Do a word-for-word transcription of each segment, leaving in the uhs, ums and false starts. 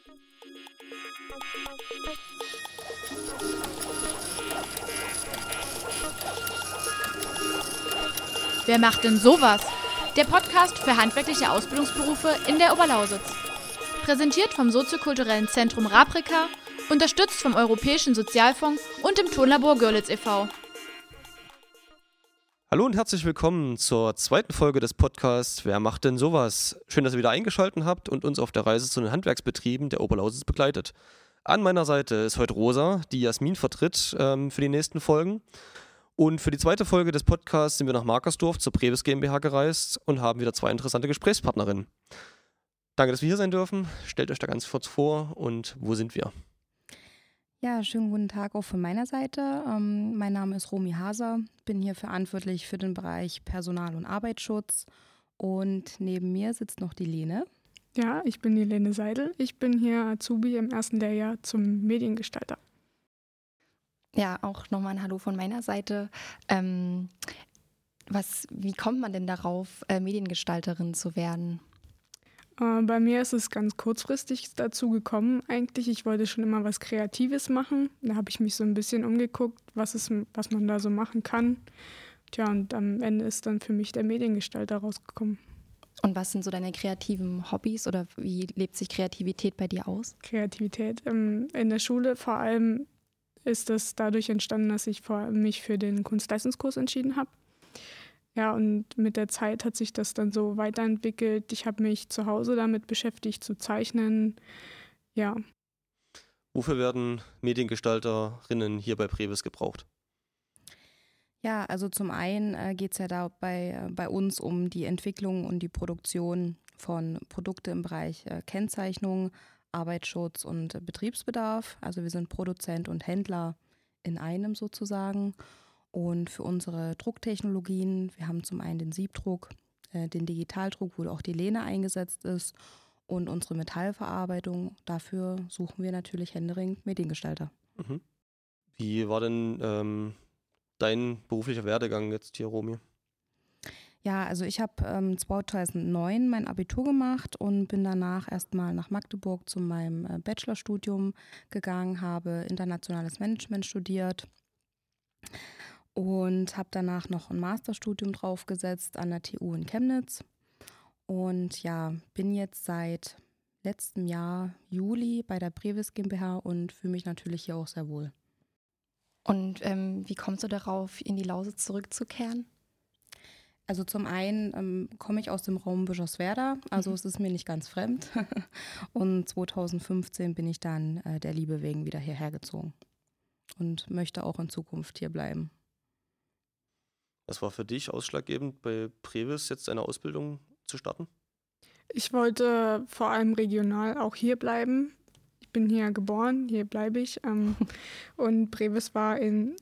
Wer macht denn sowas? Der Podcast für handwerkliche Ausbildungsberufe in der Oberlausitz. Präsentiert vom Soziokulturellen Zentrum Raprika, unterstützt vom Europäischen Sozialfonds und dem Tonlabor Görlitz e V Hallo und herzlich willkommen zur zweiten Folge des Podcasts Wer macht denn sowas? Schön, dass ihr wieder eingeschaltet habt und uns auf der Reise zu den Handwerksbetrieben der Oberlausitz begleitet. An meiner Seite ist heute Rosa, die Jasmin vertritt ähm, für die nächsten Folgen. Und für die zweite Folge des Podcasts sind wir nach Markersdorf zur Prewis GmbH gereist und haben wieder zwei interessante Gesprächspartnerinnen. Danke, dass wir hier sein dürfen. Stellt euch da ganz kurz vor und wo sind wir? Ja, schönen guten Tag auch von meiner Seite. Ähm, mein Name ist Romy Haser, bin hier verantwortlich für den Bereich Personal- und Arbeitsschutz und neben mir sitzt noch die Lene. Ja, ich bin die Lene Seidel. Ich bin hier Azubi im ersten Lehrjahr zum Mediengestalter. Ja, auch nochmal ein Hallo von meiner Seite. Ähm, was, wie kommt man denn darauf, äh, Mediengestalterin zu werden? Äh, bei mir ist es ganz kurzfristig dazu gekommen eigentlich. Ich wollte schon immer was Kreatives machen. Da habe ich mich so ein bisschen umgeguckt, was, ist, was man da so machen kann. Tja, und am Ende ist dann für mich der Mediengestalter rausgekommen. Und was sind so deine kreativen Hobbys oder wie lebt sich Kreativität bei dir aus? Kreativität. Ähm, in der Schule vor allem ist es dadurch entstanden, dass ich vor, mich für den Kunstleistungskurs entschieden habe. Ja, und mit der Zeit hat sich das dann so weiterentwickelt. Ich habe mich zu Hause damit beschäftigt, zu zeichnen. Ja. Wofür werden Mediengestalterinnen hier bei Prewis gebraucht? Ja, also zum einen äh, geht es ja da bei, äh, bei uns um die Entwicklung und die Produktion von Produkten im Bereich äh, Kennzeichnung, Arbeitsschutz und äh, Betriebsbedarf. Also wir sind Produzent und Händler in einem sozusagen. Und für unsere Drucktechnologien, wir haben zum einen den Siebdruck, äh, den Digitaldruck, wo auch die Lene eingesetzt ist, und unsere Metallverarbeitung. Dafür suchen wir natürlich händeringend Mediengestalter. Mhm. Wie war denn ähm, dein beruflicher Werdegang jetzt hier, Romy? Ja, also ich habe ähm, zweitausendneun mein Abitur gemacht und bin danach erstmal nach Magdeburg zu meinem äh, Bachelorstudium gegangen, habe internationales Management studiert und habe danach noch ein Masterstudium draufgesetzt an der T U in Chemnitz. Und ja, bin jetzt seit letztem Jahr Juli bei der Prewis GmbH und fühle mich natürlich hier auch sehr wohl. Und ähm, wie kommst du darauf, in die Lausitz zurückzukehren? Also zum einen ähm, komme ich aus dem Raum Bischofswerda, also mhm. es ist mir nicht ganz fremd. Und zweitausendfünfzehn bin ich dann äh, der Liebe wegen wieder hierher gezogen und möchte auch in Zukunft hier bleiben. Was war für dich ausschlaggebend, bei Prewis jetzt eine Ausbildung zu starten? Ich wollte vor allem regional auch hier bleiben. Ich bin hier geboren, hier bleibe ich. Ähm, und Prewis war ein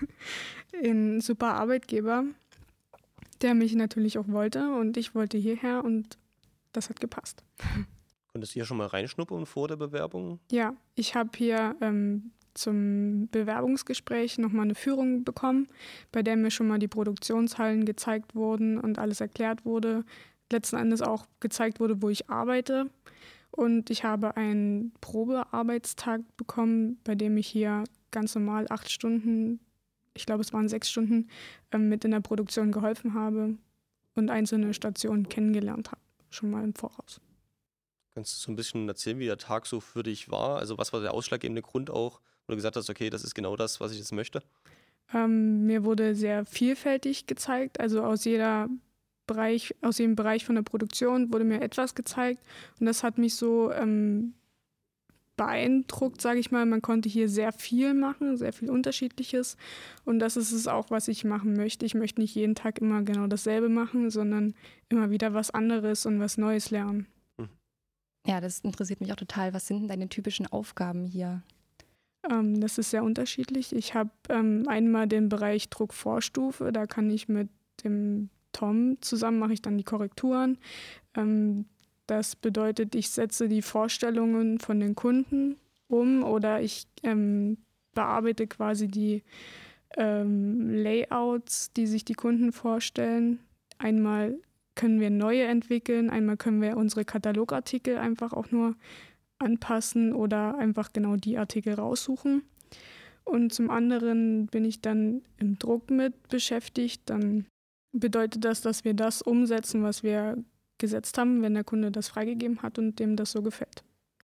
ein super Arbeitgeber, der mich natürlich auch wollte und ich wollte hierher und das hat gepasst. Konntest du hier schon mal reinschnuppern vor der Bewerbung? Ja, ich habe hier ähm, zum Bewerbungsgespräch nochmal eine Führung bekommen, bei der mir schon mal die Produktionshallen gezeigt wurden und alles erklärt wurde. Letzten Endes auch gezeigt wurde, wo ich arbeite. Und ich habe einen Probearbeitstag bekommen, bei dem ich hier ganz normal acht Stunden, ich glaube es waren sechs Stunden, ähm, mit in der Produktion geholfen habe und einzelne Stationen kennengelernt habe, schon mal im Voraus. Kannst du so ein bisschen erzählen, wie der Tag so für dich war? Also was war der ausschlaggebende Grund auch, wo du gesagt hast, okay, das ist genau das, was ich jetzt möchte? Ähm, mir wurde sehr vielfältig gezeigt, also aus jeder Bereich, aus jedem Bereich von der Produktion wurde mir etwas gezeigt und das hat mich so ähm, beeindruckt, sage ich mal. Man konnte hier sehr viel machen, sehr viel Unterschiedliches und das ist es auch, was ich machen möchte. Ich möchte nicht jeden Tag immer genau dasselbe machen, sondern immer wieder was anderes und was Neues lernen. Ja, das interessiert mich auch total. Was sind denn deine typischen Aufgaben hier? Ähm, das ist sehr unterschiedlich. Ich habe ähm, einmal den Bereich Druckvorstufe, da kann ich mit dem Tom zusammen, mache ich dann die Korrekturen. Ähm, das bedeutet, ich setze die Vorstellungen von den Kunden um oder ich ähm, bearbeite quasi die ähm, Layouts, die sich die Kunden vorstellen. Einmal können wir neue entwickeln, einmal können wir unsere Katalogartikel einfach auch nur anpassen oder einfach genau die Artikel raussuchen. Und zum anderen bin ich dann im Druck mit beschäftigt. Dann bedeutet das, dass wir das umsetzen, was wir gesetzt haben, wenn der Kunde das freigegeben hat und dem das so gefällt.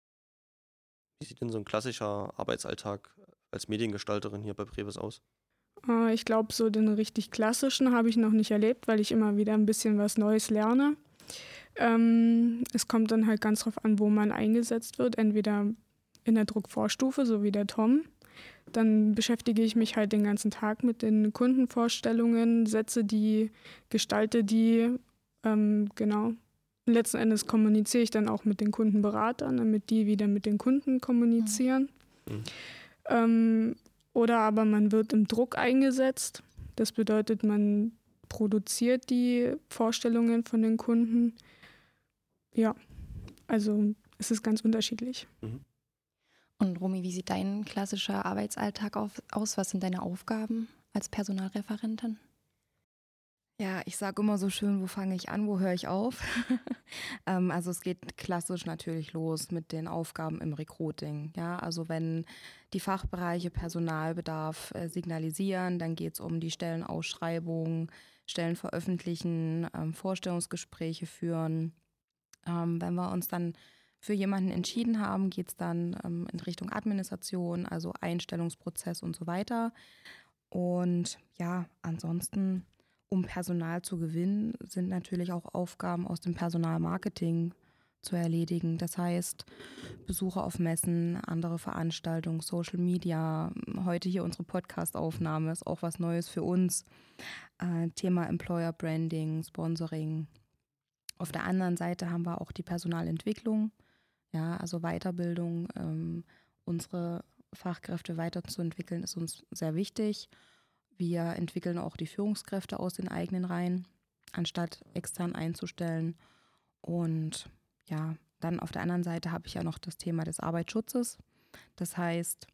Wie sieht denn so ein klassischer Arbeitsalltag als Mediengestalterin hier bei Brevis aus? Äh, ich glaube, so den richtig klassischen habe ich noch nicht erlebt, weil ich immer wieder ein bisschen was Neues lerne. Ähm, es kommt dann halt ganz drauf an, wo man eingesetzt wird. Entweder in der Druckvorstufe, so wie der Tom. Dann beschäftige ich mich halt den ganzen Tag mit den Kundenvorstellungen, setze die, gestalte die, ähm, genau. Und letzten Endes kommuniziere ich dann auch mit den Kundenberatern, damit die wieder mit den Kunden kommunizieren. Mhm. Ähm, oder aber man wird im Druck eingesetzt. Das bedeutet, man produziert die Vorstellungen von den Kunden. Ja, also es ist ganz unterschiedlich. Mhm. Und Romy, wie sieht dein klassischer Arbeitsalltag auf, aus? Was sind deine Aufgaben als Personalreferentin? Ja, ich sage immer so schön, wo fange ich an, wo höre ich auf? ähm, also es geht klassisch natürlich los mit den Aufgaben im Recruiting. Ja, also wenn die Fachbereiche Personalbedarf äh, signalisieren, dann geht es um die Stellenausschreibung, Stellen veröffentlichen, ähm, Vorstellungsgespräche führen. Ähm, wenn wir uns dann für jemanden entschieden haben, geht es dann ähm, in Richtung Administration, also Einstellungsprozess und so weiter. Und ja, ansonsten, um Personal zu gewinnen, sind natürlich auch Aufgaben aus dem Personalmarketing zu erledigen. Das heißt, Besuche auf Messen, andere Veranstaltungen, Social Media, heute hier unsere Podcast-Aufnahme ist auch was Neues für uns. Äh, Thema Employer Branding, Sponsoring. Auf der anderen Seite haben wir auch die Personalentwicklung. Ja, also Weiterbildung, ähm, unsere Fachkräfte weiterzuentwickeln, ist uns sehr wichtig. Wir entwickeln auch die Führungskräfte aus den eigenen Reihen, anstatt extern einzustellen. Und ja, dann auf der anderen Seite habe ich ja noch das Thema des Arbeitsschutzes. Das heißt,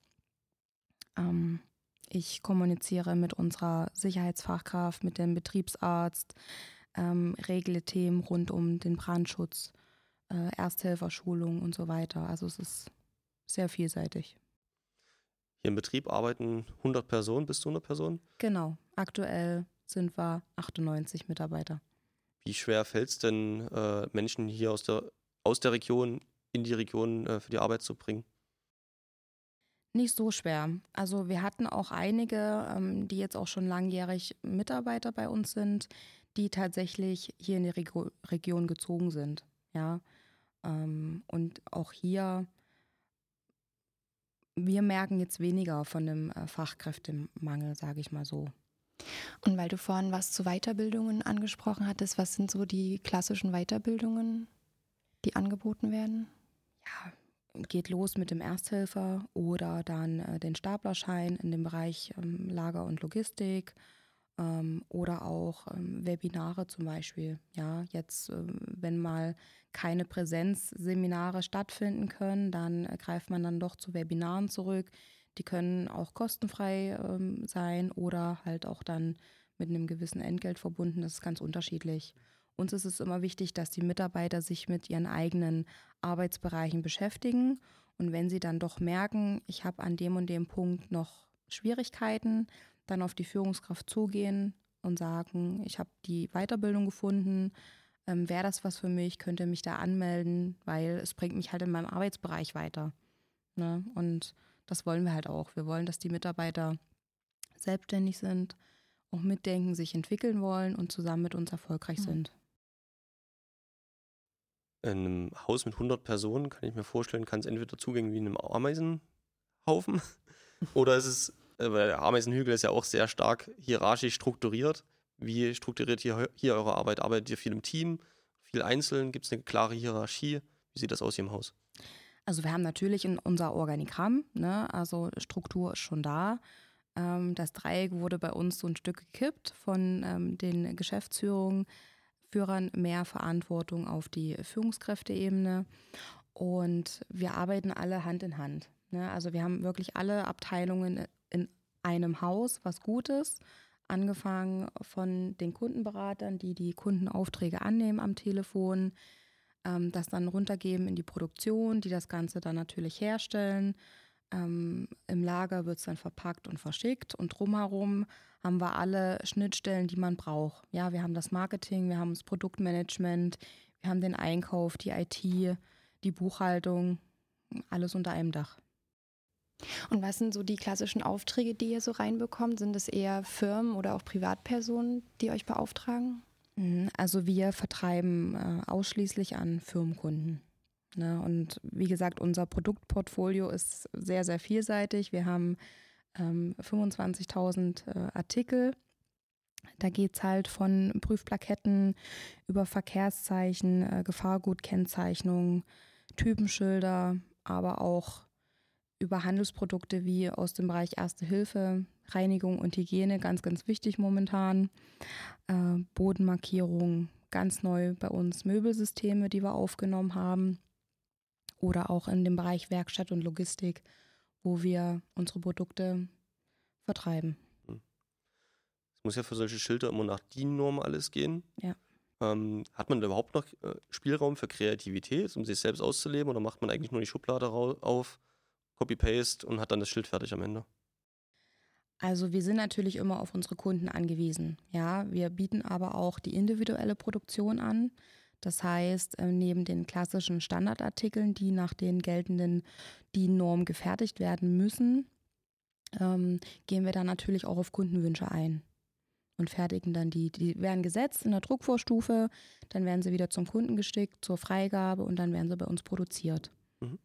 ähm, ich kommuniziere mit unserer Sicherheitsfachkraft, mit dem Betriebsarzt, ähm, regle Themen rund um den Brandschutz, Äh, Ersthelferschulung und so weiter. Also es ist sehr vielseitig. Hier im Betrieb arbeiten hundert Personen bis zu hundert Personen. Genau, aktuell sind wir achtundneunzig Mitarbeiter. Wie schwer fällt es denn, äh, Menschen hier aus der, aus der Region in die Region äh, für die Arbeit zu bringen? Nicht so schwer. Also wir hatten auch einige, ähm, die jetzt auch schon langjährig Mitarbeiter bei uns sind, die tatsächlich hier in die Rego- Region gezogen sind. Ja, ähm, und auch hier, wir merken jetzt weniger von dem äh, Fachkräftemangel, sage ich mal so. Und weil du vorhin was zu Weiterbildungen angesprochen hattest, was sind so die klassischen Weiterbildungen, die angeboten werden? Ja, geht los mit dem Ersthelfer oder dann äh, den Staplerschein in dem Bereich ähm, Lager und Logistik. Ähm, oder auch ähm, Webinare zum Beispiel. Ja, jetzt, ähm, wenn mal keine Präsenzseminare stattfinden können, dann äh, greift man dann doch zu Webinaren zurück. Die können auch kostenfrei ähm, sein oder halt auch dann mit einem gewissen Entgelt verbunden. Das ist ganz unterschiedlich. Uns ist es immer wichtig, dass die Mitarbeiter sich mit ihren eigenen Arbeitsbereichen beschäftigen. Und wenn sie dann doch merken, ich habe an dem und dem Punkt noch Schwierigkeiten, dann auf die Führungskraft zugehen und sagen, ich habe die Weiterbildung gefunden, ähm, wäre das was für mich, könnte mich da anmelden, weil es bringt mich halt in meinem Arbeitsbereich weiter. Ne? Und das wollen wir halt auch. Wir wollen, dass die Mitarbeiter selbstständig sind, auch mitdenken, sich entwickeln wollen und zusammen mit uns erfolgreich Mhm. sind. In einem Haus mit hundert Personen, kann ich mir vorstellen, kann es entweder zugehen wie in einem Ameisenhaufen oder ist es, äh, weil der Ameisenhügel ist ja auch sehr stark hierarchisch strukturiert. Wie strukturiert hier, hier eure Arbeit? Arbeitet ihr viel im Team, viel einzeln? Gibt es eine klare Hierarchie? Wie sieht das aus hier im Haus? Also wir haben natürlich in unser Organigramm, ne, also Struktur ist schon da. Ähm, das Dreieck wurde bei uns so ein Stück gekippt von ähm, den Geschäftsführungen, Führern mehr Verantwortung auf die Führungskräfteebene und wir arbeiten alle Hand in Hand. Ne? Also wir haben wirklich alle Abteilungen in einem Haus, was gut ist, angefangen von den Kundenberatern, die die Kundenaufträge annehmen am Telefon, ähm, das dann runtergeben in die Produktion, die das Ganze dann natürlich herstellen. Ähm, im Lager wird es dann verpackt und verschickt und drumherum haben wir alle Schnittstellen, die man braucht. Ja, wir haben das Marketing, wir haben das Produktmanagement, wir haben den Einkauf, die I T, die Buchhaltung, alles unter einem Dach. Und was sind so die klassischen Aufträge, die ihr so reinbekommt? Sind es eher Firmen oder auch Privatpersonen, die euch beauftragen? Also wir vertreiben äh, ausschließlich an Firmenkunden. Ne? Und wie gesagt, unser Produktportfolio ist sehr, sehr vielseitig. Wir haben ähm, fünfundzwanzigtausend äh, Artikel. Da geht es halt von Prüfplaketten über Verkehrszeichen, äh, Gefahrgutkennzeichnung, Typenschilder, aber auch über Handelsprodukte wie aus dem Bereich Erste Hilfe, Reinigung und Hygiene, ganz, ganz wichtig momentan. Äh, Bodenmarkierung, ganz neu bei uns Möbelsysteme, die wir aufgenommen haben. Oder auch in dem Bereich Werkstatt und Logistik, wo wir unsere Produkte vertreiben. Es muss ja für solche Schilder immer nach D I N-Norm alles gehen. Ja. Ähm, hat man da überhaupt noch äh, Spielraum für Kreativität, um sich selbst auszuleben, oder macht man eigentlich nur die Schublade rau- auf, Copy-Paste und hat dann das Schild fertig am Ende? Also wir sind natürlich immer auf unsere Kunden angewiesen. Ja, wir bieten aber auch die individuelle Produktion an. Das heißt, äh, neben den klassischen Standardartikeln, die nach den geltenden D I N-Normen gefertigt werden müssen, ähm, gehen wir da natürlich auch auf Kundenwünsche ein und fertigen dann die. Die werden gesetzt in der Druckvorstufe, dann werden sie wieder zum Kunden geschickt, zur Freigabe und dann werden sie bei uns produziert. Mhm.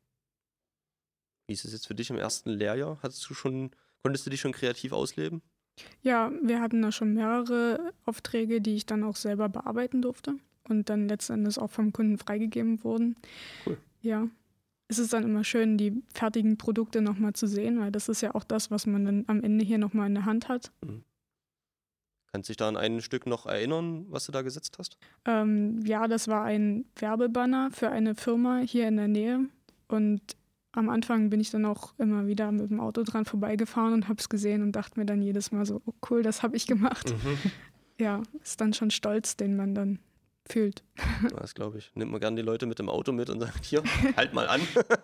Wie ist es jetzt für dich im ersten Lehrjahr? Hattest du schon, konntest du dich schon kreativ ausleben? Ja, wir hatten da schon mehrere Aufträge, die ich dann auch selber bearbeiten durfte und dann letzten Endes auch vom Kunden freigegeben wurden. Cool. Ja, es ist dann immer schön, die fertigen Produkte nochmal zu sehen, weil das ist ja auch das, was man dann am Ende hier nochmal in der Hand hat. Mhm. Kannst du dich da an ein Stück noch erinnern, was du da gesetzt hast? Ähm, ja, das war ein Werbebanner für eine Firma hier in der Nähe und am Anfang bin ich dann auch immer wieder mit dem Auto dran vorbeigefahren und habe es gesehen und dachte mir dann jedes Mal so, oh cool, das habe ich gemacht. Mhm. Ja, ist dann schon Stolz, den man dann fühlt. Das glaube ich. Nimmt man gerne die Leute mit dem Auto mit und sagt, hier, halt mal an.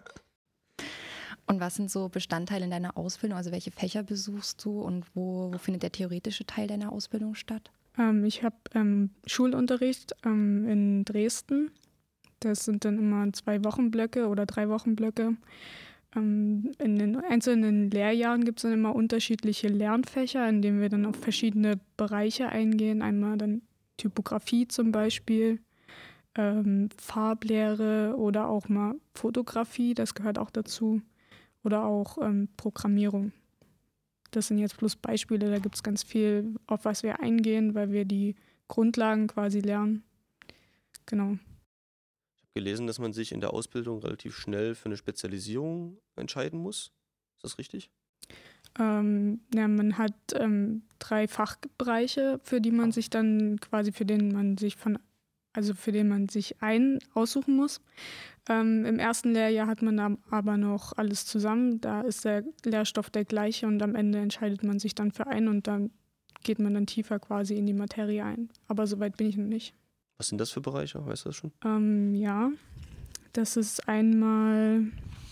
Und was sind so Bestandteile in deiner Ausbildung? Also welche Fächer besuchst du und wo, wo findet der theoretische Teil deiner Ausbildung statt? Ähm, ich habe ähm, Schulunterricht ähm, in Dresden. Das sind dann immer zwei Wochenblöcke oder drei Wochenblöcke. Ähm, in den einzelnen Lehrjahren gibt es dann immer unterschiedliche Lernfächer, in denen wir dann auf verschiedene Bereiche eingehen. Einmal dann Typografie zum Beispiel, ähm, Farblehre oder auch mal Fotografie, das gehört auch dazu. Oder auch ähm, Programmierung. Das sind jetzt bloß Beispiele, da gibt es ganz viel, auf was wir eingehen, weil wir die Grundlagen quasi lernen. Genau. Ich habe gelesen, dass man sich in der Ausbildung relativ schnell für eine Spezialisierung entscheiden muss. Ist das richtig? Ähm, ja, man hat ähm, drei Fachbereiche, für die man sich dann quasi, für den man sich von, also für den man sich einen aussuchen muss. Ähm, Im ersten Lehrjahr hat man dann aber noch alles zusammen. Da ist der Lehrstoff der gleiche und am Ende entscheidet man sich dann für einen und dann geht man dann tiefer quasi in die Materie ein. Aber so weit bin ich noch nicht. Was sind das für Bereiche? Weißt du das schon? Ähm, ja, das ist einmal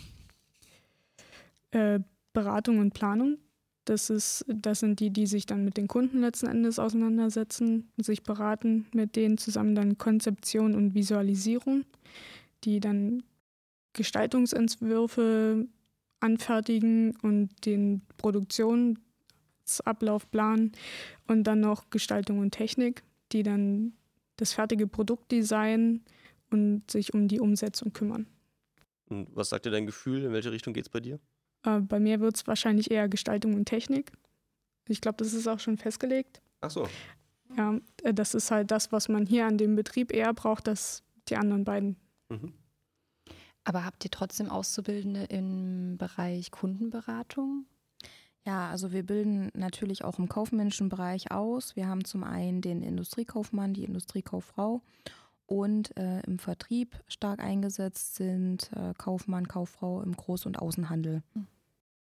äh, Beratung und Planung. Das ist, das sind die, die sich dann mit den Kunden letzten Endes auseinandersetzen, sich beraten, mit denen zusammen dann Konzeption und Visualisierung, die dann Gestaltungsentwürfe anfertigen und den Produktionsablauf planen und dann noch Gestaltung und Technik, die dann das fertige Produkt designen und sich um die Umsetzung kümmern. Und was sagt dir dein Gefühl? In welche Richtung geht es bei dir? Äh, bei mir wird es wahrscheinlich eher Gestaltung und Technik. Ich glaube, das ist auch schon festgelegt. Ach so. Ja, äh, das ist halt das, was man hier an dem Betrieb eher braucht, als die anderen beiden. Mhm. Aber habt ihr trotzdem Auszubildende im Bereich Kundenberatung? Ja, also wir bilden natürlich auch im kaufmännischen Bereich aus. Wir haben zum einen den Industriekaufmann, die Industriekauffrau und äh, im Vertrieb stark eingesetzt sind äh, Kaufmann, Kauffrau im Groß- und Außenhandel. Du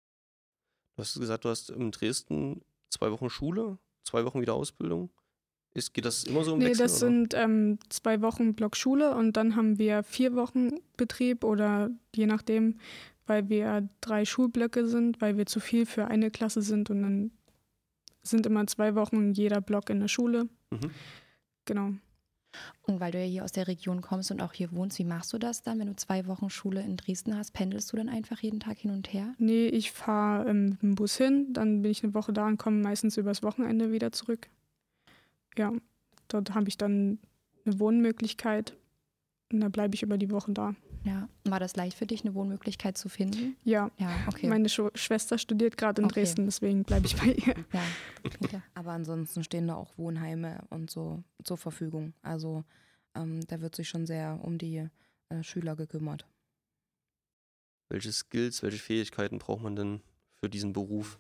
hast gesagt, du hast in Dresden zwei Wochen Schule, zwei Wochen wieder Ausbildung. Ist, geht das immer so im Nee, Wechsel? das oder? sind ähm, zwei Wochen Block Schule und dann haben wir vier Wochen Betrieb oder je nachdem, weil wir drei Schulblöcke sind, weil wir zu viel für eine Klasse sind und dann sind immer zwei Wochen jeder Block in der Schule. Mhm. Genau. Und weil du ja hier aus der Region kommst und auch hier wohnst, wie machst du das dann, wenn du zwei Wochen Schule in Dresden hast? Pendelst du dann einfach jeden Tag hin und her? Nee, ich fahre ähm, mit dem Bus hin, dann bin ich eine Woche da und komme meistens übers Wochenende wieder zurück. Ja, dort habe ich dann eine Wohnmöglichkeit und da bleibe ich über die Woche da. Ja. War das leicht für dich, eine Wohnmöglichkeit zu finden? Ja, Ja, okay. meine Scho- Schwester studiert gerade in Okay. Dresden, deswegen bleibe ich bei ihr. ja, klingt ja. Aber ansonsten stehen da auch Wohnheime und so zur Verfügung. Also ähm, da wird sich schon sehr um die äh, Schüler gekümmert. Welche Skills, welche Fähigkeiten braucht man denn für diesen Beruf?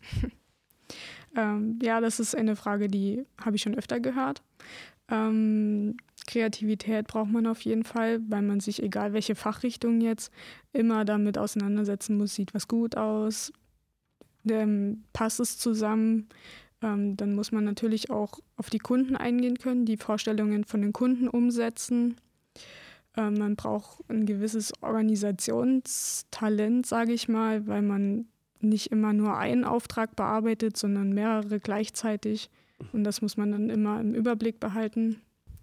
Ähm, ja, das ist eine Frage, die habe ich schon öfter gehört. Ähm, Kreativität braucht man auf jeden Fall, weil man sich, egal welche Fachrichtung jetzt, immer damit auseinandersetzen muss, sieht was gut aus, ähm, passt es zusammen. Ähm, dann muss man natürlich auch auf die Kunden eingehen können, die Vorstellungen von den Kunden umsetzen. Ähm, man braucht ein gewisses Organisationstalent, sage ich mal, weil man nicht immer nur einen Auftrag bearbeitet, sondern mehrere gleichzeitig. Und das muss man dann immer im Überblick behalten.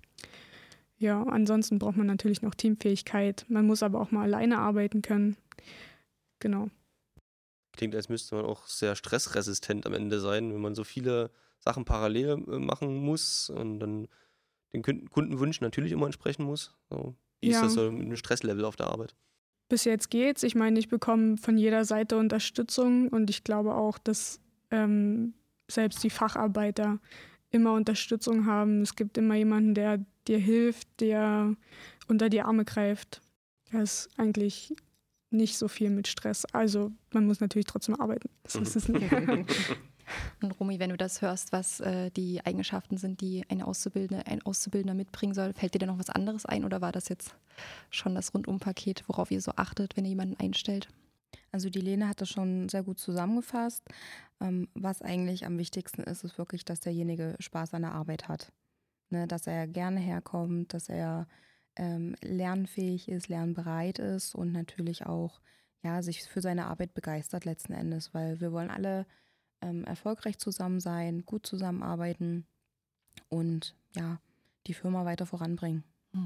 Ja, ansonsten braucht man natürlich noch Teamfähigkeit. Man muss aber auch mal alleine arbeiten können. Genau. Klingt, als müsste man auch sehr stressresistent am Ende sein, wenn man so viele Sachen parallel äh, machen muss und dann den Kun- Kundenwünschen natürlich immer entsprechen muss. So, wie Ja. ist das so mit dem Stresslevel auf der Arbeit? Bis jetzt geht's. Ich meine, ich bekomme von jeder Seite Unterstützung und ich glaube auch, dass ähm, selbst die Facharbeiter immer Unterstützung haben. Es gibt immer jemanden, der dir hilft, der unter die Arme greift. Das ist eigentlich nicht so viel mit Stress. Also man muss natürlich trotzdem arbeiten. So ist es nicht. Und Romy, wenn du das hörst, was äh, die Eigenschaften sind, die eine Auszubildende, ein Auszubildender mitbringen soll, fällt dir da noch was anderes ein oder war das jetzt schon das Rundumpaket, worauf ihr so achtet, wenn ihr jemanden einstellt? Also die Lene hat das schon sehr gut zusammengefasst. Ähm, was eigentlich am wichtigsten ist, ist wirklich, dass derjenige Spaß an der Arbeit hat. Ne, dass er gerne herkommt, dass er ähm, lernfähig ist, lernbereit ist und natürlich auch ja, sich für seine Arbeit begeistert letzten Endes, weil wir wollen alle ähm, erfolgreich zusammen sein, gut zusammenarbeiten und ja, die Firma weiter voranbringen.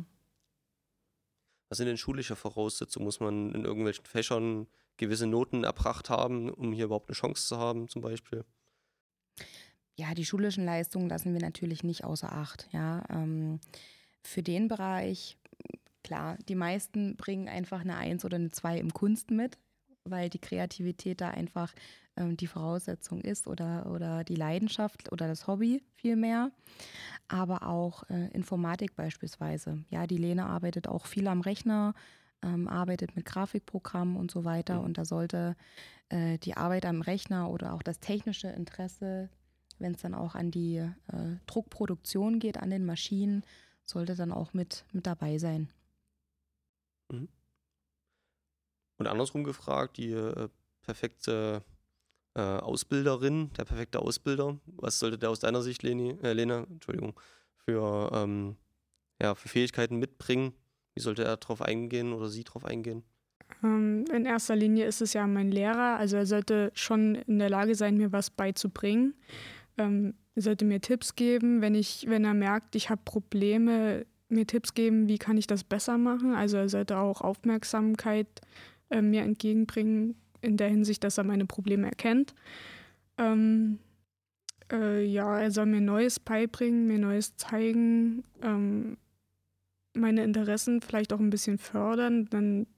Was sind denn schulische Voraussetzungen? Muss man in irgendwelchen Fächern gewisse Noten erbracht haben, um hier überhaupt eine Chance zu haben, zum Beispiel? Ja, die schulischen Leistungen lassen wir natürlich nicht außer Acht. Ja, ähm, für den Bereich, klar, die meisten bringen einfach eine Eins oder eine Zwei im Kunst mit, weil die Kreativität da einfach ähm, die Voraussetzung ist oder, oder die Leidenschaft oder das Hobby vielmehr. Aber auch äh, Informatik beispielsweise. Ja, die Lene arbeitet auch viel am Rechner, ähm, arbeitet mit Grafikprogrammen und so weiter. Und da sollte äh, die Arbeit am Rechner oder auch das technische Interesse, wenn es dann auch an die äh, Druckproduktion geht, an den Maschinen, sollte dann auch mit, mit dabei sein. Mhm. Und andersrum gefragt, die äh, perfekte äh, Ausbilderin, der perfekte Ausbilder, was sollte der aus deiner Sicht, Leni, äh, Lena, Entschuldigung, für, ähm, ja, für Fähigkeiten mitbringen? Wie sollte er darauf eingehen oder sie darauf eingehen? Ähm, in erster Linie ist es ja mein Lehrer, also er sollte schon in der Lage sein, mir was beizubringen. Ähm, er sollte mir Tipps geben, wenn ich, wenn er merkt, ich habe Probleme, mir Tipps geben, wie kann ich das besser machen. Also er sollte auch Aufmerksamkeit äh, mir entgegenbringen, in der Hinsicht, dass er meine Probleme erkennt. Ähm, äh, ja, er soll mir Neues beibringen, mir Neues zeigen, ähm, meine Interessen vielleicht auch ein bisschen fördern, dann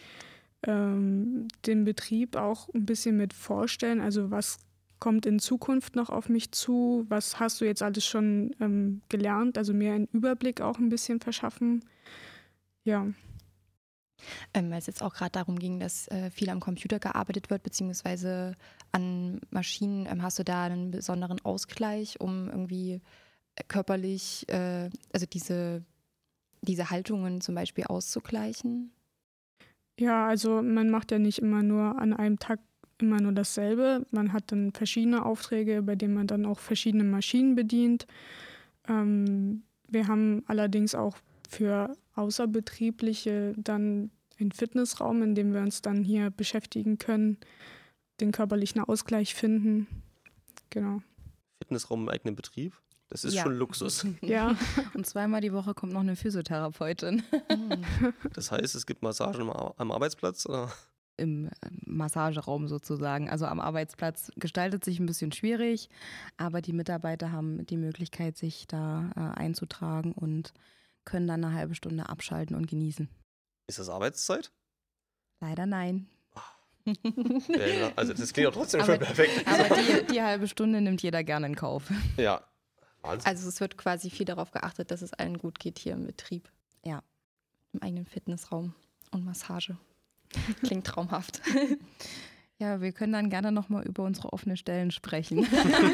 ähm, den Betrieb auch ein bisschen mit vorstellen, also was kommt in Zukunft noch auf mich zu, was hast du jetzt alles schon ähm, gelernt, also mir einen Überblick auch ein bisschen verschaffen. Ja. Ähm, weil es jetzt auch gerade darum ging, dass äh, viel am Computer gearbeitet wird, beziehungsweise an Maschinen, ähm, hast du da einen besonderen Ausgleich, um irgendwie körperlich, äh, also diese, diese Haltungen zum Beispiel auszugleichen? Ja, also man macht ja nicht immer nur an einem Tag immer nur dasselbe. Man hat dann verschiedene Aufträge, bei denen man dann auch verschiedene Maschinen bedient. Ähm, wir haben allerdings auch für Außerbetriebliche dann einen Fitnessraum, in dem wir uns dann hier beschäftigen können, den körperlichen Ausgleich finden. Genau. Fitnessraum im eigenen Betrieb? Das ist Ja. schon Luxus. Ja. Und zweimal die Woche kommt noch eine Physiotherapeutin. Das heißt, es gibt Massagen am Ar- am Arbeitsplatz? Oder? Im äh, Massageraum sozusagen. Also am Arbeitsplatz gestaltet sich ein bisschen schwierig, aber die Mitarbeiter haben die Möglichkeit, sich da äh, einzutragen und können dann eine halbe Stunde abschalten und genießen. Ist das Arbeitszeit? Leider nein. Ja, also das klingt doch trotzdem Aber- schon perfekt. Aber die, die halbe Stunde nimmt jeder gerne in Kauf. Ja, Wahnsinn. Also es wird quasi viel darauf geachtet, dass es allen gut geht hier im Betrieb. Ja. Im eigenen Fitnessraum und Massage. Klingt traumhaft. Ja, wir können dann gerne nochmal über unsere offenen Stellen sprechen.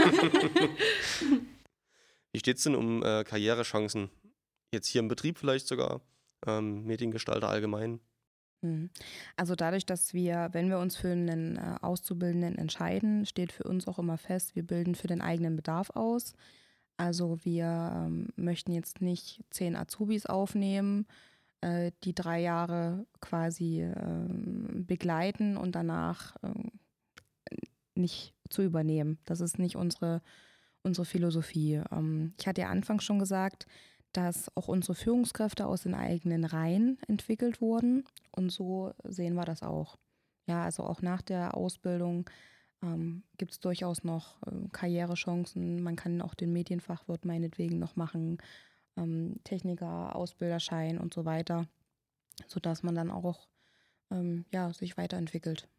Wie steht es denn um äh, Karrierechancen? Jetzt hier im Betrieb vielleicht sogar, ähm, Mediengestalter allgemein? Mhm. Also dadurch, dass wir, wenn wir uns für einen äh, Auszubildenden entscheiden, steht für uns auch immer fest, wir bilden für den eigenen Bedarf aus. Also wir ähm, möchten jetzt nicht zehn Azubis aufnehmen, äh, die drei Jahre quasi ähm, begleiten und danach ähm, nicht zu übernehmen. Das ist nicht unsere, unsere Philosophie. Ähm, ich hatte ja anfangs schon gesagt, dass auch unsere Führungskräfte aus den eigenen Reihen entwickelt wurden. Und so sehen wir das auch. Ja, also auch nach der Ausbildung ähm, gibt es durchaus noch äh, Karrierechancen. Man kann auch den Medienfachwirt meinetwegen noch machen, ähm, Techniker, Ausbilderschein und so weiter, sodass man dann auch ähm, ja, sich weiterentwickelt.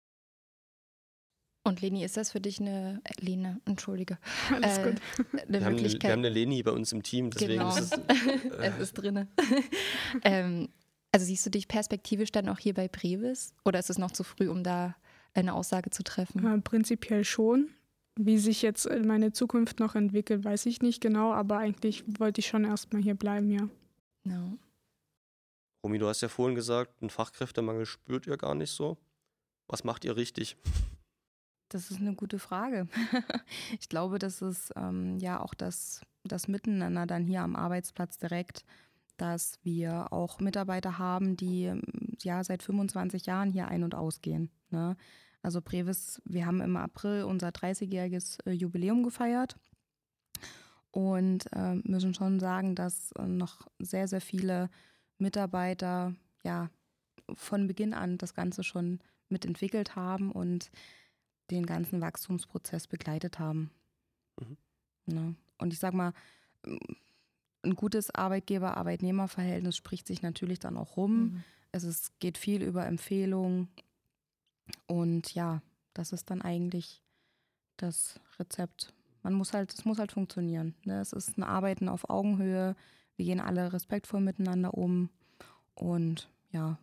Und Leni, ist das für dich eine, äh, Lene, entschuldige, Alles äh, gut. eine Wir haben, eine, Möglichkeit? wir haben eine Leni bei uns im Team, deswegen Genau. ist es. Es ist drinne. ähm, also siehst du dich perspektivisch dann auch hier bei Brevis? Oder ist es noch zu früh, um da eine Aussage zu treffen? Äh, prinzipiell schon. Wie sich jetzt meine Zukunft noch entwickelt, weiß ich nicht genau, aber eigentlich wollte ich schon erstmal hier bleiben, ja. No. Romy, du hast ja vorhin gesagt, einen Fachkräftemangel spürt ihr gar nicht so. Was macht ihr richtig? Das ist eine gute Frage. Ich glaube, das ist ähm, ja auch das, das Miteinander dann hier am Arbeitsplatz direkt, dass wir auch Mitarbeiter haben, die ähm, ja seit fünfundzwanzig Jahren hier ein- und ausgehen. Ne? Also Brevis, wir haben im April unser dreißigjähriges äh, Jubiläum gefeiert und äh, müssen schon sagen, dass äh, noch sehr, sehr viele Mitarbeiter ja von Beginn an das Ganze schon mitentwickelt haben und den ganzen Wachstumsprozess begleitet haben. Mhm. Ne? Und ich sag mal, ein gutes Arbeitgeber-Arbeitnehmer-Verhältnis spricht sich natürlich dann auch rum. Mhm. Es ist, geht viel über Empfehlungen und ja, das ist dann eigentlich das Rezept. Man muss halt, es muss halt funktionieren. Ne? Es ist ein Arbeiten auf Augenhöhe. Wir gehen alle respektvoll miteinander um und ja.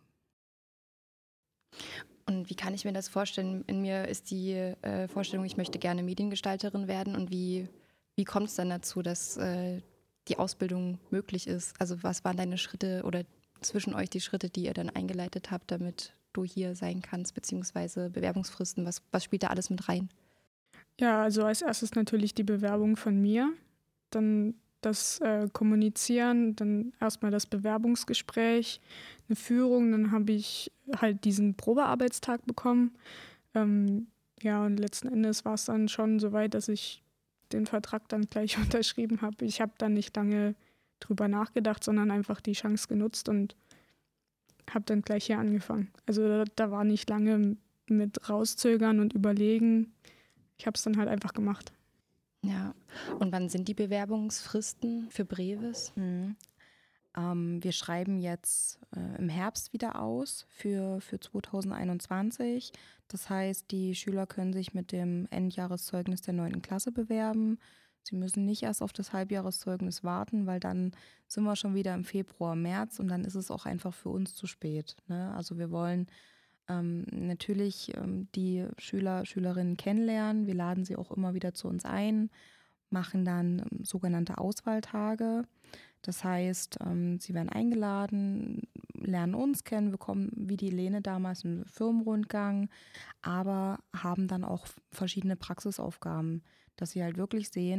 Und wie kann ich mir das vorstellen? In mir ist die äh, Vorstellung, ich möchte gerne Mediengestalterin werden. Und wie, wie kommt es dann dazu, dass äh, die Ausbildung möglich ist? Also was waren deine Schritte oder zwischen euch die Schritte, die ihr dann eingeleitet habt, damit du hier sein kannst, beziehungsweise Bewerbungsfristen? Was, was spielt da alles mit rein? Ja, also als erstes natürlich die Bewerbung von mir, dann das äh, Kommunizieren, dann erstmal das Bewerbungsgespräch, eine Führung, dann habe ich halt diesen Probearbeitstag bekommen. Ähm, ja, und letzten Endes war es dann schon so weit, dass ich den Vertrag dann gleich unterschrieben habe. Ich habe dann nicht lange drüber nachgedacht, sondern einfach die Chance genutzt und habe dann gleich hier angefangen. Also da, da war nicht lange mit rauszögern und überlegen. Ich habe es dann halt einfach gemacht. Ja, und wann sind die Bewerbungsfristen für Brevis? Mhm. Ähm, wir schreiben jetzt äh, im Herbst wieder aus für, für zweitausendeinundzwanzig. Das heißt, die Schüler können sich mit dem Endjahreszeugnis der neunten Klasse bewerben. Sie müssen nicht erst auf das Halbjahreszeugnis warten, weil dann sind wir schon wieder im Februar, März und dann ist es auch einfach für uns zu spät. Ne? Also wir wollen ähm, natürlich ähm, die Schüler, Schülerinnen kennenlernen. Wir laden sie auch immer wieder zu uns ein, machen dann ähm, sogenannte Auswahltage. Das heißt, ähm, sie werden eingeladen, lernen uns kennen, bekommen wie die Lene damals einen Firmenrundgang, aber haben dann auch verschiedene Praxisaufgaben, dass sie halt wirklich sehen,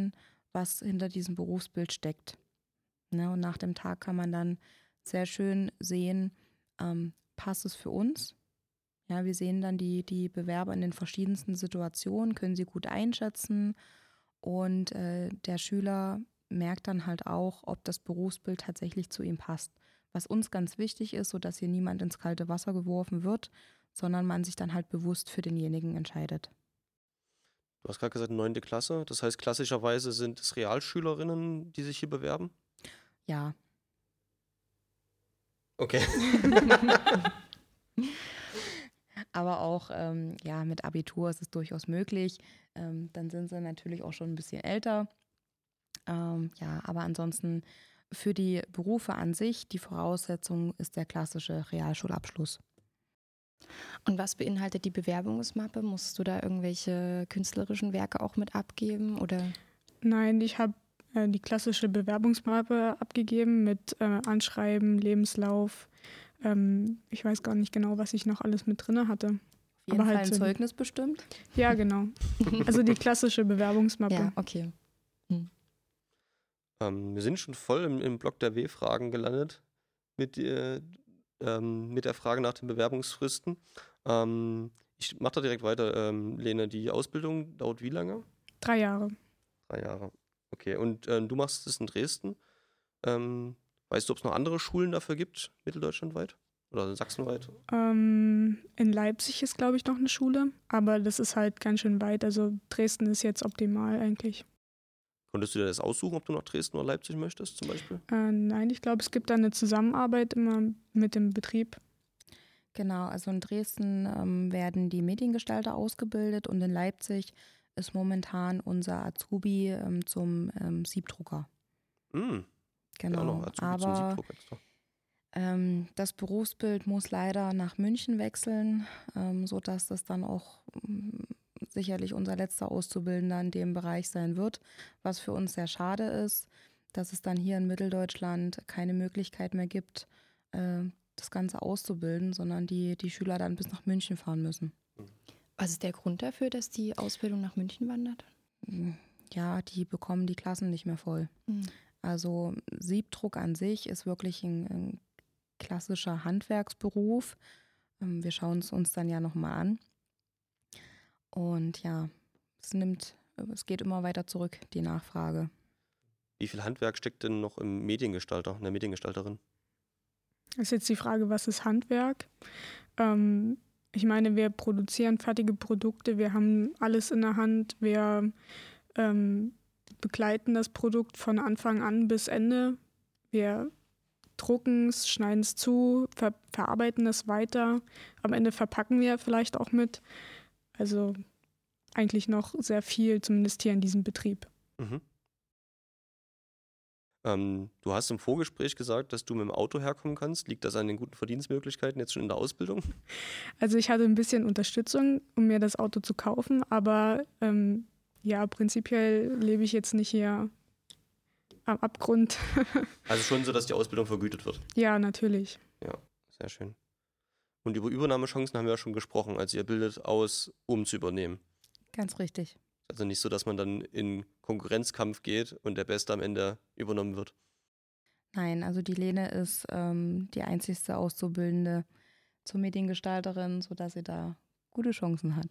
was hinter diesem Berufsbild steckt. Ne? Und nach dem Tag kann man dann sehr schön sehen, ähm, passt es für uns? Ja, wir sehen dann die, die Bewerber in den verschiedensten Situationen, können sie gut einschätzen und äh, der Schüler merkt dann halt auch, ob das Berufsbild tatsächlich zu ihm passt. Was uns ganz wichtig ist, sodass hier niemand ins kalte Wasser geworfen wird, sondern man sich dann halt bewusst für denjenigen entscheidet. Du hast gerade gesagt, neunte Klasse. Das heißt, klassischerweise sind es Realschülerinnen, die sich hier bewerben? Ja. Okay. Aber auch ähm, ja, mit Abitur ist es durchaus möglich. Ähm, dann sind sie natürlich auch schon ein bisschen älter. Ähm, ja, aber ansonsten für die Berufe an sich, die Voraussetzung ist der klassische Realschulabschluss. Und was beinhaltet die Bewerbungsmappe? Musst du da irgendwelche künstlerischen Werke auch mit abgeben? Oder? Nein, ich habe äh, die klassische Bewerbungsmappe abgegeben mit äh, Anschreiben, Lebenslauf. Ähm, ich weiß gar nicht genau, was ich noch alles mit drin hatte. Auf jeden Aber Fall halt ein so- Zeugnis bestimmt. Ja, genau. Also die klassische Bewerbungsmappe. Ja, okay. Ähm, wir sind schon voll im, im Block der W-Fragen gelandet mit, äh, ähm, mit der Frage nach den Bewerbungsfristen. Ähm, ich mache da direkt weiter. Ähm, Lene, die Ausbildung dauert wie lange? Drei Jahre. Drei Jahre. Okay, und ähm, du machst es in Dresden. Ähm, weißt du, ob es noch andere Schulen dafür gibt, mitteldeutschlandweit oder sachsenweit? Ähm, in Leipzig ist, glaube ich, noch eine Schule, aber das ist halt ganz schön weit. Also Dresden ist jetzt optimal eigentlich. Konntest du dir das aussuchen, ob du nach Dresden oder Leipzig möchtest, zum Beispiel? Äh, nein, ich glaube, es gibt da eine Zusammenarbeit immer mit dem Betrieb. Genau, also in Dresden ähm, werden die Mediengestalter ausgebildet und in Leipzig ist momentan unser Azubi ähm, zum ähm, Siebdrucker. Hm, ja, auch Genau, noch Azubi zum aber Siebdruck extra. ähm, das Berufsbild muss leider nach München wechseln, ähm, sodass das dann auch ähm, sicherlich unser letzter Auszubildender in dem Bereich sein wird, was für uns sehr schade ist, dass es dann hier in Mitteldeutschland keine Möglichkeit mehr gibt, äh, das Ganze auszubilden, sondern die, die Schüler dann bis nach München fahren müssen. Was ist der Grund dafür, dass die Ausbildung nach München wandert? Ja, die bekommen die Klassen nicht mehr voll. Mhm. Also Siebdruck an sich ist wirklich ein, ein klassischer Handwerksberuf. Ähm, Wir schauen es uns dann ja nochmal an. Und ja, es nimmt, es geht immer weiter zurück, die Nachfrage. Wie viel Handwerk steckt denn noch im Mediengestalter, in der Mediengestalterin? Das ist jetzt die Frage, was ist Handwerk? Ähm, ich meine, wir produzieren fertige Produkte, wir haben alles in der Hand, wir ähm, begleiten das Produkt von Anfang an bis Ende. Wir drucken es, schneiden es zu, ver verarbeiten es weiter. Am Ende verpacken wir vielleicht auch mit. Also eigentlich noch sehr viel, zumindest hier in diesem Betrieb. Mhm. Ähm, du hast im Vorgespräch gesagt, dass du mit dem Auto herkommen kannst. Liegt das an den guten Verdienstmöglichkeiten jetzt schon in der Ausbildung? Also ich hatte ein bisschen Unterstützung, um mir das Auto zu kaufen, aber ähm, ja, prinzipiell lebe ich jetzt nicht hier am Abgrund. Also schon so, dass die Ausbildung vergütet wird. Ja, natürlich. Ja, sehr schön. Und über Übernahmechancen haben wir ja schon gesprochen. Also ihr bildet aus, um zu übernehmen. Ganz richtig. Also nicht so, dass man dann in Konkurrenzkampf geht und der Beste am Ende übernommen wird. Nein, also die Lene ist ähm, die einzigste Auszubildende zur Mediengestalterin, sodass sie da gute Chancen hat.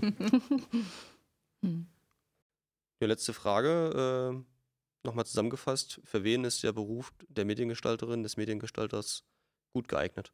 Hm. Die letzte Frage, äh, nochmal zusammengefasst. Für wen ist der Beruf der Mediengestalterin, des Mediengestalters gut geeignet?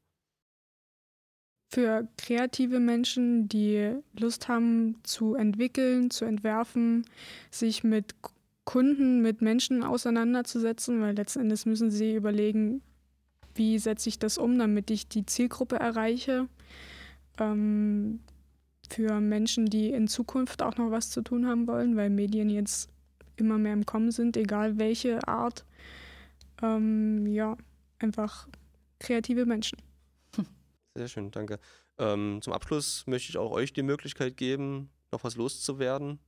Für kreative Menschen, die Lust haben zu entwickeln, zu entwerfen, sich mit Kunden, mit Menschen auseinanderzusetzen, weil letzten Endes müssen sie überlegen, wie setze ich das um, damit ich die Zielgruppe erreiche. Ähm, für Menschen, die in Zukunft auch noch was zu tun haben wollen, weil Medien jetzt immer mehr im Kommen sind, egal welche Art. Ähm, ja, einfach kreative Menschen. Sehr schön, danke. Ähm, zum Abschluss möchte ich auch euch die Möglichkeit geben, noch was loszuwerden.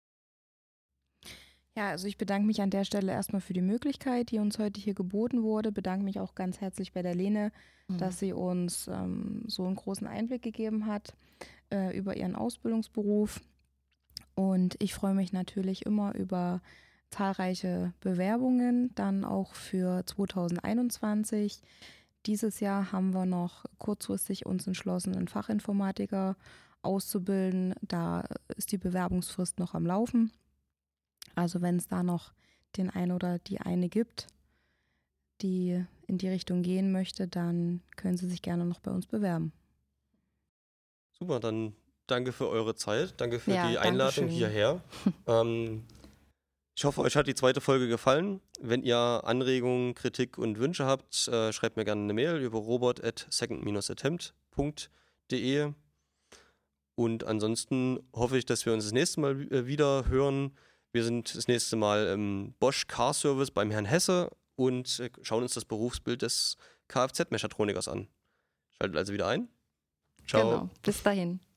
Ja, also ich bedanke mich an der Stelle erstmal für die Möglichkeit, die uns heute hier geboten wurde. Bedanke mich auch ganz herzlich bei der Lene, Mhm. dass sie uns ähm, so einen großen Einblick gegeben hat äh, über ihren Ausbildungsberuf. Und ich freue mich natürlich immer über zahlreiche Bewerbungen, dann auch für zweitausendeinundzwanzig. Dieses Jahr haben wir noch kurzfristig uns entschlossen, einen Fachinformatiker auszubilden. Da ist die Bewerbungsfrist noch am Laufen. Also wenn es da noch den einen oder die eine gibt, die in die Richtung gehen möchte, dann können Sie sich gerne noch bei uns bewerben. Super, dann danke für eure Zeit, danke für Ja, die Einladung Dankeschön. hierher. ähm, ich hoffe, euch hat die zweite Folge gefallen. Wenn ihr Anregungen, Kritik und Wünsche habt, äh, schreibt mir gerne eine Mail über robot at second dash attempt punkt de. Und ansonsten hoffe ich, dass wir uns das nächste Mal äh, wieder hören. Wir sind das nächste Mal im Bosch Car Service beim Herrn Hesse und äh, schauen uns das Berufsbild des Kfz-Mechatronikers an. Schaltet also wieder ein. Ciao. Genau. Bis dahin.